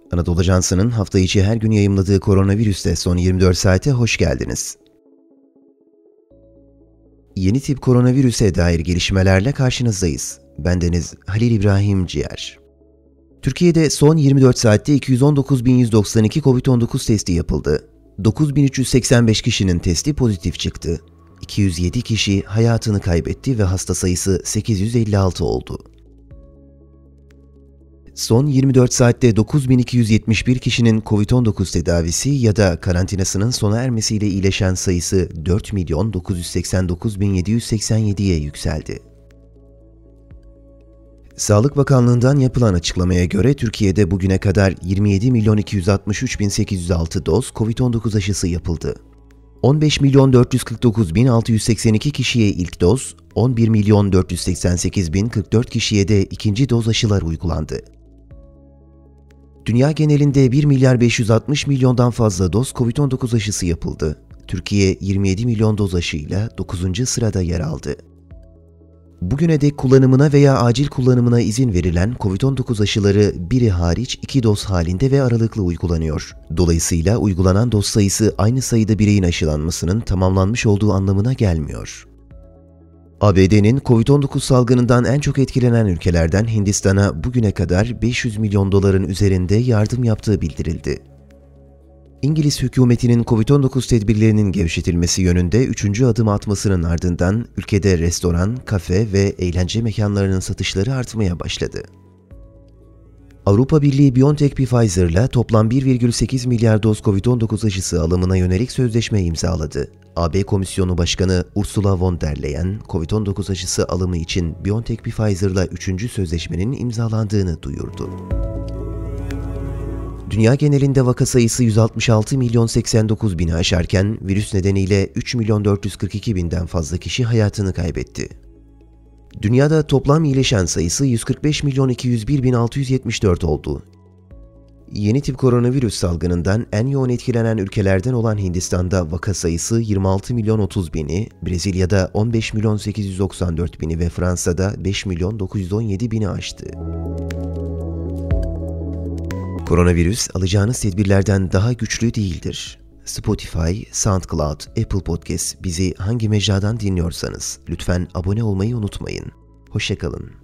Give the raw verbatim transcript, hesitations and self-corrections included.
Anadolu Ajansı'nın hafta içi her gün yayımladığı koronavirüste son yirmi dört saate hoş geldiniz. Yeni tip koronavirüse dair gelişmelerle karşınızdayız. Bendeniz Halil İbrahim Ciğer. Türkiye'de son yirmi dört saatte iki yüz on dokuz bin yüz doksan iki kovid on dokuz testi yapıldı. dokuz bin üç yüz seksen beş kişinin testi pozitif çıktı. iki yüz yedi kişi hayatını kaybetti ve hasta sayısı sekiz yüz elli altı oldu. Son yirmi dört saatte dokuz bin iki yüz yetmiş bir kişinin kovid on dokuz tedavisi ya da karantinasının sona ermesiyle iyileşen sayısı dört milyon dokuz yüz seksen dokuz bin yedi yüz seksen yediye yükseldi. Sağlık Bakanlığı'ndan yapılan açıklamaya göre Türkiye'de bugüne kadar yirmi yedi milyon iki yüz altmış üç bin sekiz yüz altı doz kovid on dokuz aşısı yapıldı. on beş milyon dört yüz kırk dokuz bin altı yüz seksen iki kişiye ilk doz, on bir milyon dört yüz seksen sekiz bin kırk dört kişiye de ikinci doz aşılar uygulandı. Dünya genelinde bir milyar beş yüz altmış milyondan fazla doz kovid on dokuz aşısı yapıldı. Türkiye yirmi yedi milyon doz aşıyla dokuzuncu sırada yer aldı. Bugüne dek kullanımına veya acil kullanımına izin verilen kovid on dokuz aşıları biri hariç iki doz halinde ve aralıklı uygulanıyor. Dolayısıyla uygulanan doz sayısı aynı sayıda bireyin aşılanmasının tamamlanmış olduğu anlamına gelmiyor. A B D'nin kovid on dokuz salgınından en çok etkilenen ülkelerden Hindistan'a bugüne kadar beş yüz milyon doların üzerinde yardım yaptığı bildirildi. İngiliz hükümetinin kovid on dokuz tedbirlerinin gevşetilmesi yönünde üçüncü adım atmasının ardından ülkede restoran, kafe ve eğlence mekanlarının satışları artmaya başladı. Avrupa Birliği BioNTech-Pfizer'la toplam bir virgül sekiz milyar doz kovid on dokuz aşısı alımına yönelik sözleşme imzaladı. A B Komisyonu Başkanı Ursula von der Leyen, kovid on dokuz aşısı alımı için BioNTech-Pfizer'la üçüncü sözleşmenin imzalandığını duyurdu. Dünya genelinde vaka sayısı yüz altmış altı milyon seksen dokuz bini aşarken virüs nedeniyle üç milyon dört yüz kırk iki binden fazla kişi hayatını kaybetti. Dünyada toplam iyileşen sayısı yüz kırk beş milyon iki yüz bir bin altı yüz yetmiş dört oldu. Yeni tip koronavirüs salgınından en yoğun etkilenen ülkelerden olan Hindistan'da vaka sayısı yirmi altı milyon otuz bini, Brezilya'da on beş milyon sekiz yüz doksan dört bini ve Fransa'da beş milyon dokuz yüz on yedi bini aştı. Koronavirüs alacağınız tedbirlerden daha güçlü değildir. Spotify, SoundCloud, Apple Podcast bizi hangi mecradan dinliyorsanız lütfen abone olmayı unutmayın. Hoşça kalın.